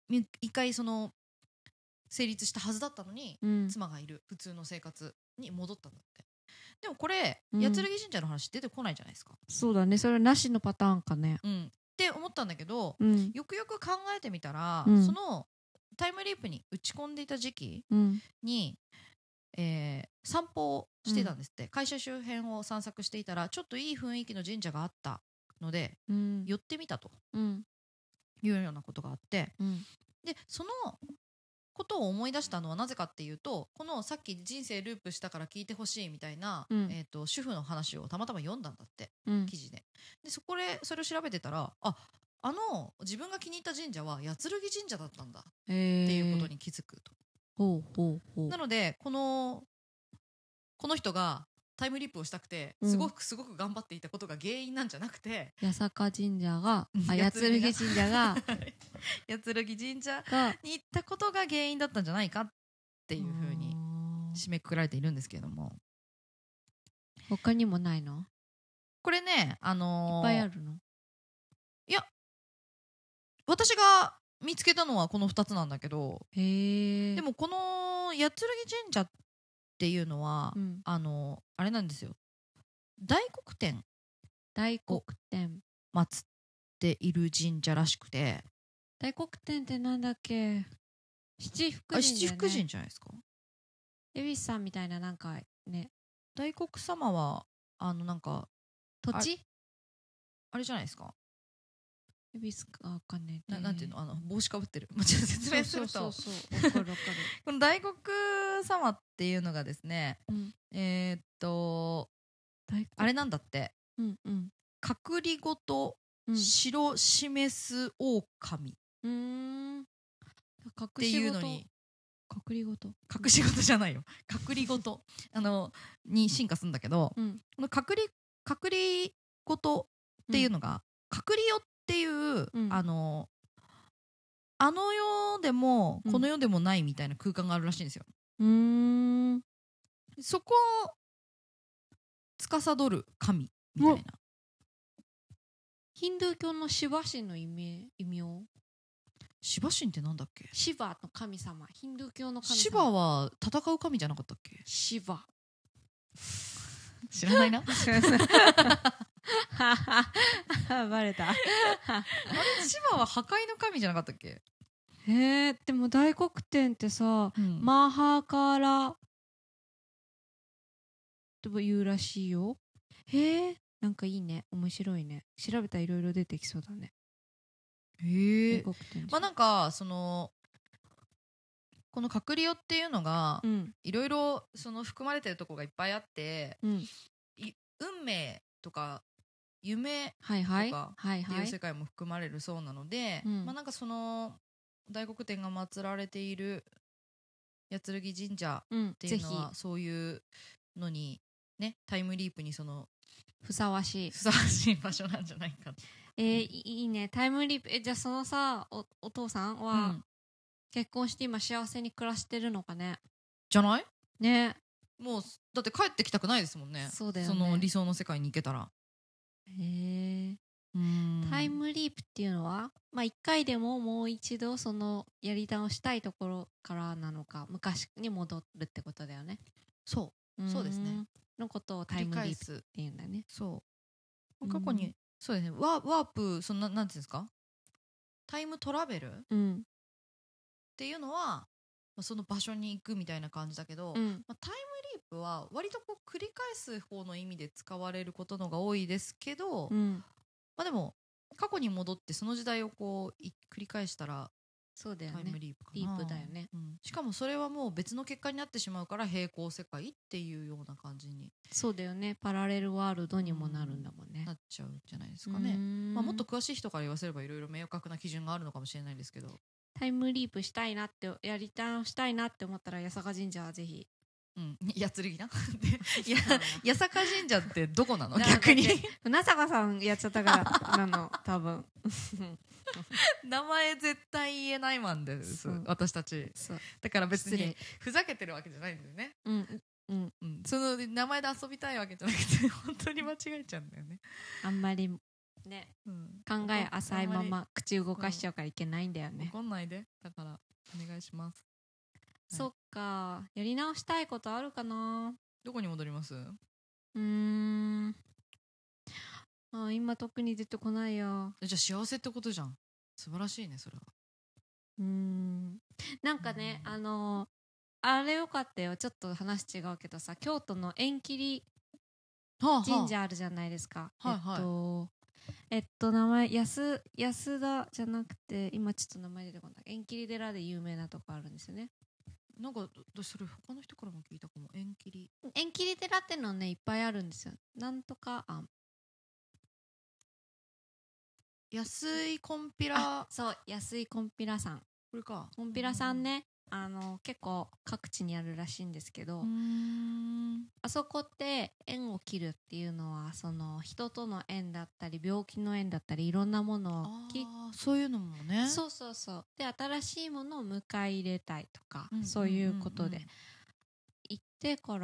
一回その成立したはずだったのに、妻がいる普通の生活に戻ったんだって。でもこれ、八剣神社の話出てこないじゃないですか。 そうだね、それなしのパターンかね。 って思ったんだけど、よくよく考えてみたら、そのタイムリープに打ち込んでいた時期に、散歩をしてたんですって。会社周辺を散策していたらちょっといい雰囲気の神社があったので、寄ってみたと、いうようなことがあって、でそのことを思い出したのはなぜかっていうと、このさっき人生ループしたから聞いてほしいみたいな、主婦の話をたまたま読んだんだって、記事で。でそれを調べてたら、自分が気に入った神社は八剣神社だったんだっていうことに気づくと。なのでこの人がタイムリープをしたくてすごく頑張っていたことが原因なんじゃなくて、 八坂神社が八剣神社が八剣神社に行ったことが原因だったんじゃないかっていうふうに締めくくられているんですけれども、 他にもないの？ これね、いっぱいあるの？ いや、私が見つけたのはこの2つなんだけど、でもこの八剣神社っていうのは、あれなんですよ、大黒天を祀っている神社らしくて。 大黒天ってなんだっけ？七福神だよね。 七福神じゃないですか。 恵比寿さんみたいな、なんかね、 大黒様はなんか土地あれじゃないですか。 恵比寿かわかんない。 なんていうの、帽子かぶってる。もうちょっと説明すると、 そうわかるこの大黒様っていうのがですね、あれなんだって、隠りごと白示す狼っていうのに、 隠りごと隠し事じゃないよ、隠りごとに進化するんだけど、この隠りごとっていうのが、隠りよっていう、あの世でもこの世でもないみたいな空間があるらしいんですよ。そこを司る神みたいな。 ヒンドゥー教のシバ神の異名。 シバ神ってなんだっけ？ シバの神様、ヒンドゥー教の神様。 シバは戦う神じゃなかったっけ？ シバ知らないな。 バレた。あれ、 シバは破壊の神じゃなかったっけ？ でも大黒天ってさ、マハカラと言うらしいよ。なんかいいね、面白いね。調べたらいろいろ出てきそうだね。 なんかこの隠りよっていうのがいろいろ含まれてるところがいっぱいあって、運命とか夢とかっていう世界も含まれるそうなので、なんか大黒天が祀られている八剣神社っていうのはそういうのにね、タイムリープにふさわしい場所なんじゃないか。 いいね、タイムリープ。じゃあそのさ、お父さんは結婚して今幸せに暮らしてるのかね？ じゃないね。 もうだって帰ってきたくないですもんね。 そうだよね。 その理想の世界に行けたら。 タイムリープっていうのは、一回でももう一度やり直したいところからなのか、昔に戻るってことだよね。 そうですね。 のことをタイムリープっていうんだね。 そう過去に、そうですね、ワープ、なんていうんですか、タイムトラベルっていうのはその場所に行くみたいな感じだけど、タイムリープは割と繰り返す方の意味で使われることのが多いですけど、でも過去に戻ってその時代を繰り返したら、 そうだよね、 タイムリープかな。 リープだよね、 しかもそれはもう別の結果になってしまうから平行世界っていうような感じに。 そうだよね、パラレルワールドにもなるんだもんね。 なっちゃうんじゃないですかね。もっと詳しい人から言わせればいろいろ明確な基準があるのかもしれないですけど、 タイムリープしたいなって、やり直したいなって思ったら八坂神社はぜひ。 八剣な。八坂神社ってどこなの？逆に船坂さんやっちゃったからなの多分。 名前絶対言えないマンです、私たち。だから別にふざけてるわけじゃないんだよね。その名前で遊びたいわけじゃなくて本当に間違えちゃうんだよね。 あんまりね、 うん、 考え浅いまま口動かしちゃうからいけないんだよね。 怒んないで、だからお願いします。 そっか、やり直したいことあるかな。 どこに戻ります？ 今特に出てこないよ。 じゃあ幸せってことじゃん。素晴らしいね、それは。 なんかね、あれよかったよ。ちょっと話違うけどさ、京都の縁切り神社あるじゃないですか。名前安田じゃなくて、今ちょっと名前出てこない。縁切り寺で有名なとこあるんですよね。 なんかそれ他の人からも聞いたかも。縁切り寺ってのね、いっぱいあるんですよ。なんとか安いコンピラ。 そう、安いコンピラさん。 これか。 コンピラさんね、結構各地にあるらしいんですけど、あそこって縁を切るっていうのは、その人との縁だったり病気の縁だったりいろんなものをそういうのもね。 そうで、新しいものを迎え入れたいとか、そういうことで行ってから、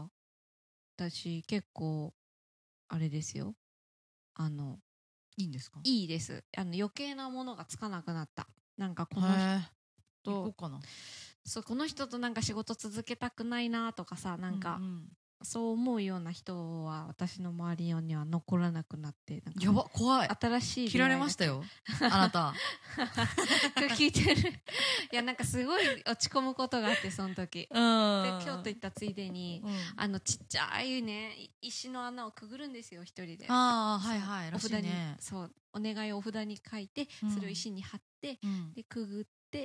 私結構あれですよ、 いいんですか？ いいです。余計なものがつかなくなった。なんかこの人行こうかな。 そう、この人となんか仕事続けたくないなとかさ、なんか、そう思うような人は私の周りには残らなくなって、なんかやば、怖い。 新しい切られましたよ、あなた。 聞いてる。いや、なんかすごい落ち込むことがあって、その時。で、京都行ったついでに、ちっちゃいね、石の穴をくぐるんですよ、一人で。 はいはい、 お札に、そう、お願いをお札に書いて、それを石に貼って、で、くぐって、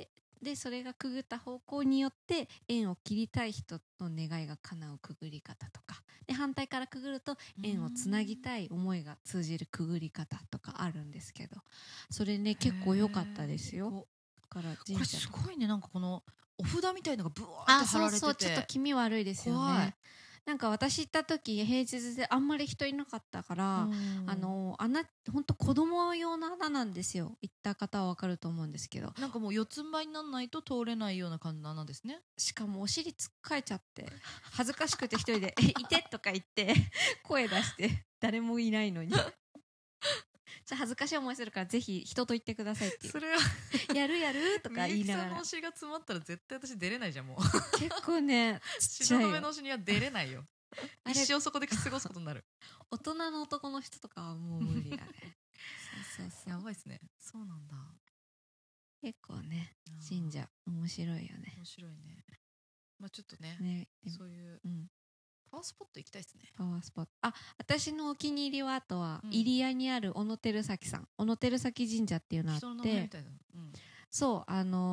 でそれがくぐった方向によって縁を切りたい人の願いが叶うくぐり方とかで、反対からくぐると縁をつなぎたい思いが通じるくぐり方とかあるんですけど、それね結構良かったですよ。 だからこれすごいね、なんかこのお札みたいのがブワーって貼られてて、 そうちょっと気味悪いですよね。なんか私行った時平日であんまり人いなかったから、ほんと子供用の穴なんですよ。行った方は分かると思うんですけど、 なんかもう四つん這いにならないと通れないような感じの穴ですね。 しかもお尻つっかえちゃって恥ずかしくて一人で「いて」とか言って声出して誰もいないのに恥ずかしい思いするからぜひ人と言ってくださいっていう。 それはやるとか言いながら。 みゆきさんのお尻が詰まったら絶対私出れないじゃん、もう。 結構ねちっちゃいよ。 東雲のお尻は出れないよ。一生そこで過ごすことになる。 大人の男の人とかはもう無理だね。 そうやばいっすね。そうなんだ。 結構ね神社面白いよね。 面白いね。まあちょっとねそういうパワースポット行きたいですね。 パワースポット。私のお気に入りはあとは入谷にある小野照崎さん、小野照崎神社っていうのがあって、そう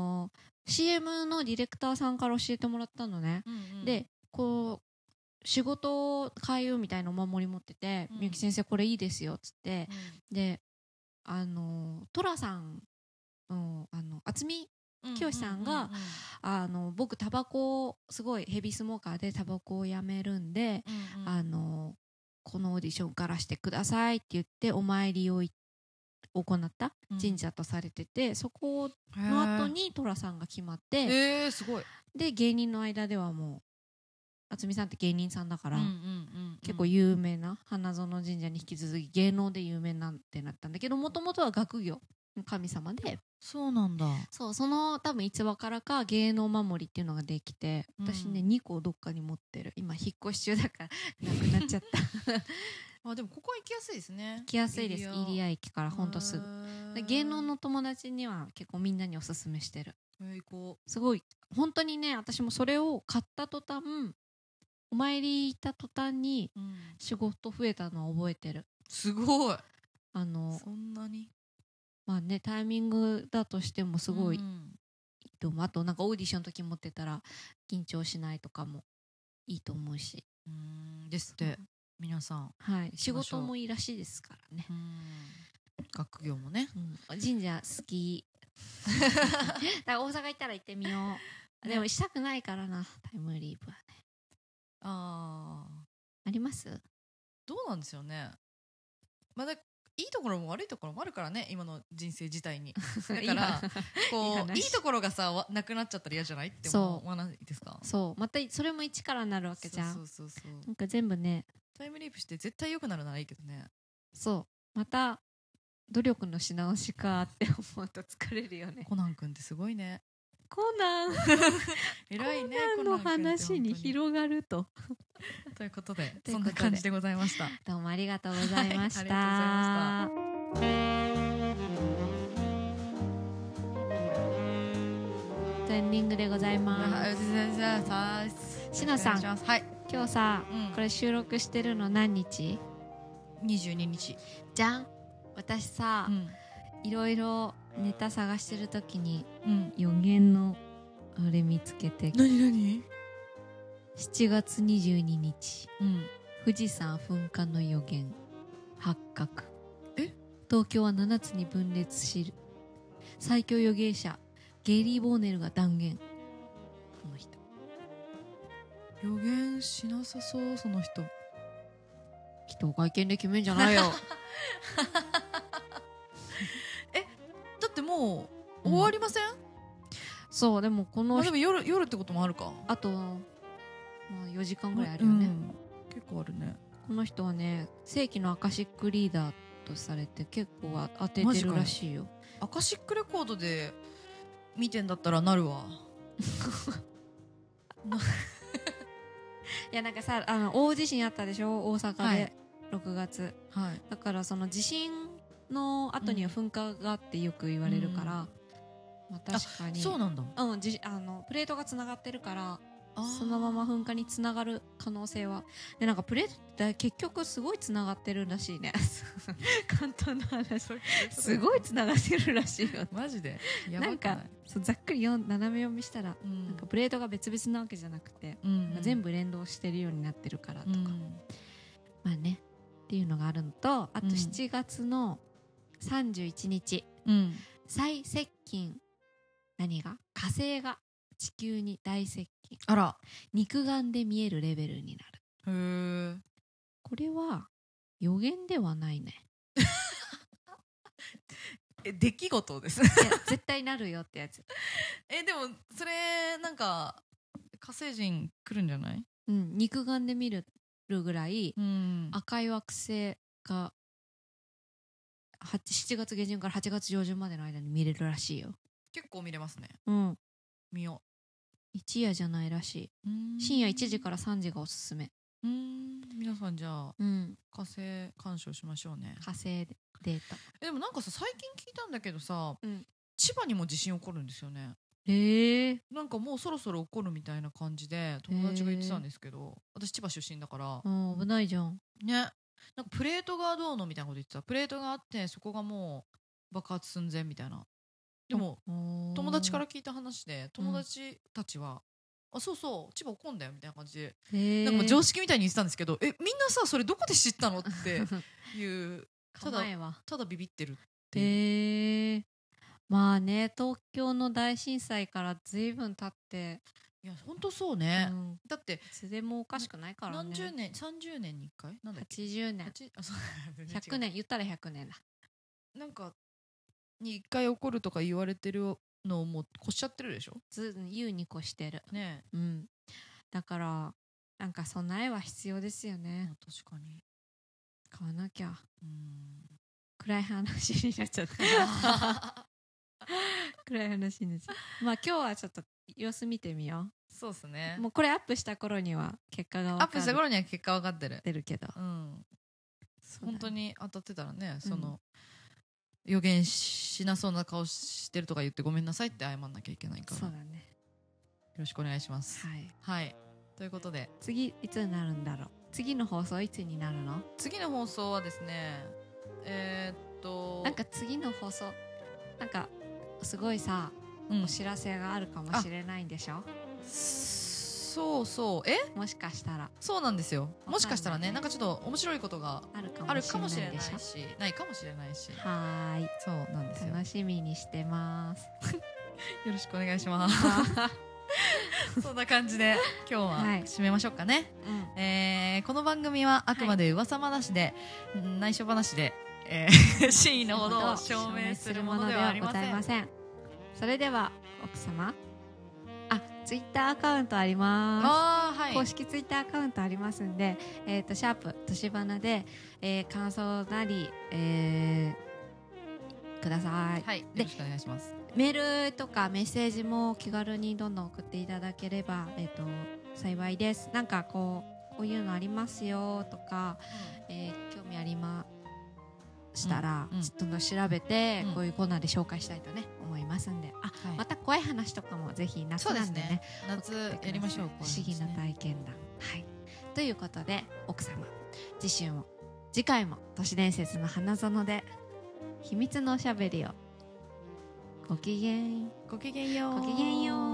CM のディレクターさんから教えてもらったのね。でこう仕事開運みたいなお守り持ってて、みゆき先生これいいですよっつって、で寅さん渥美清さんが僕タバコすごいヘビースモーカーでタバコをやめるんで、このオーディションからしてくださいって言ってお参りを行った神社とされてて、そこの後に寅さんが決まって、 すごい。 で芸人の間ではもう渥美さんって芸人さんだから、結構有名な花園神社に引き続き芸能で有名なんてなったんだけど、もともとは学業の神様で。 そうなんだ。 その多分逸話からか芸能守りっていうのができて、私ね2個どっかに持ってる。今引っ越し中だからなくなっちゃったでもここ行きやすいですね。 行きやすいです。入谷駅からほんとすぐ。芸能の友達には結構みんなにおすすめしてる。 行こう。 すごい本当にね、私もそれを買った途端、お参り行った途端に仕事増えたのを覚えてる。 すごい。そんなにまあね、タイミングだとしてもすごいと思う。あとなんかオーディションの時持ってたら緊張しないとかもいいと思うし。 ですって皆さん。 はい、仕事もいいらしいですからね。 学業もね。 神社好き。だから大阪行ったら行ってみよう。でもしたくないからな、タイムリープはね。あります？ どうなんですよね。まだいいところも悪いところもあるからね、今の人生自体に。だからこういいところがさなくなっちゃったら嫌じゃないって思わないですか？ そう、またそれも一からなるわけじゃん。なんか全部ね、 タイムリープして絶対良くなるならいいけどね。 そう、また努力のし直しかって思うと疲れるよね。 コナン君ってすごいね。 コナン偉いね。 コナンの話に広がるとということでそんな感じでございました。 どうもありがとうございました。 はい、ありがとうございました。 エンディングでございます。しのさん、 はい、 今日さ、これ収録してるの何日 ？22日じゃん。私さ、いろいろネタ探してる時に、予言のあれ見つけて。 何 7月22日、富士山噴火の予言発覚。東京は7つに分裂しる最強予言者ゲイリー・ボーネルが断言。この人予言しなさそう。その人会見で決めんじゃないよだってもう終わりません？ そうでもこのでも夜ってこともあるか。 あと、4時間ぐらいあるよね、 結構あるね。 この人はね世紀のアカシックリーダーとされて結構当ててるらしいよ。 アカシックレコードで見てんだったらなるわいやなんかさ大地震あったでしょ大阪で、6月、だからその地震の後には噴火がってよく言われるから、確かにそうなんだ。 プレートがつながってるからそのまま噴火につながる可能性は。でなんかプレートって結局すごいつながってるらしいね簡単な話すごいつながってるらしいよマジで。 なんかざっくり斜め読みしたら、なんかプレートが別々なわけじゃなくて、全部連動してるようになってるからとか、まあねっていうのがあるのと、あと7月の31日、最接近何が火星が地球に大接近。 あら、 肉眼で見えるレベルになる。 へえ。 これは予言ではないね出来事ですいや絶対なるよってやつでもそれなんか火星人来るんじゃない？ 肉眼で見るぐらい、赤い惑星が7月下旬から8月上旬までの間に見れるらしいよ。 結構見れますね。見よう。 一夜じゃないらしい。深夜1時から3時がおすすめ。 皆さんじゃあ、火星鑑賞しましょうね。 火星データ。 でもなんかさ、最近聞いたんだけどさ、千葉にも地震起こるんですよね。なんかもうそろそろ起こるみたいな感じで友達が言ってたんですけど、私千葉出身だから危ないじゃんね。なんかプレートがどうのみたいなこと言ってた。プレートがあってそこがもう爆発寸前みたいな。でも友達から聞いた話で、友達たちはそうそう千葉怒んだよみたいな感じで、なんか常識みたいに言ってたんですけど、みんなさそれどこで知ったのっていうただビビってるっていう。 まあね、東京の大震災からずいぶん経って、 いや本当そうね、だっていつでもおかしくないからね。 何十年30年に1回なんだっけ、 80年100年言ったら100年だ。 なんかに1回起こるとか言われてるのをもう越しちゃってるでしょ。 優に越してるね。 だからなんか備えは必要ですよね。 確かに買わなきゃ。暗い話になっちゃった暗い話になっちゃった。まあ今日はちょっと様子見てみよう。 そうですね。 もうこれアップした頃には結果が分かる。 アップした頃には結果分かってるけど、 本当に当たってたらね、その予言しなそうな顔してるとか言ってごめんなさいって謝んなきゃいけないから。 そうだね。 よろしくお願いします。はい、ということで次いつになるんだろう。次の放送いつになるの？ 次の放送はですね、 なんか次の放送なんかすごいさ、お知らせがあるかもしれないんでしょ。 そうそう、 もしかしたらそうなんですよ。もしかしたらね、なんかちょっと面白いことがあるかもしれないし、ないかもしれないし。そうなんですよ。 楽しみにしてますよろしくお願いしますそんな感じで今日は締めましょうかね。この番組はあくまで噂話で、内緒話で、真意のほどを証明するものではありません。 それでは奥様、ツイッターアカウントあります。公式ツイッターアカウントありますんで、シャープとしばなで、感想なり、 ください。 はい、よろしくお願いします。 メールとかメッセージも気軽にどんどん送っていただければ、幸いです。なんかこういうのありますよとか、興味ありましたら、どんどん調べて、こういうコーナーで紹介したいとね思いますんで、また怖い話とかもぜひ夏なんでね、 夏やりましょう。 不思議な体験談。はい。ということで奥様、次回も都市伝説の花園で秘密のおしゃべりをごきげんよう。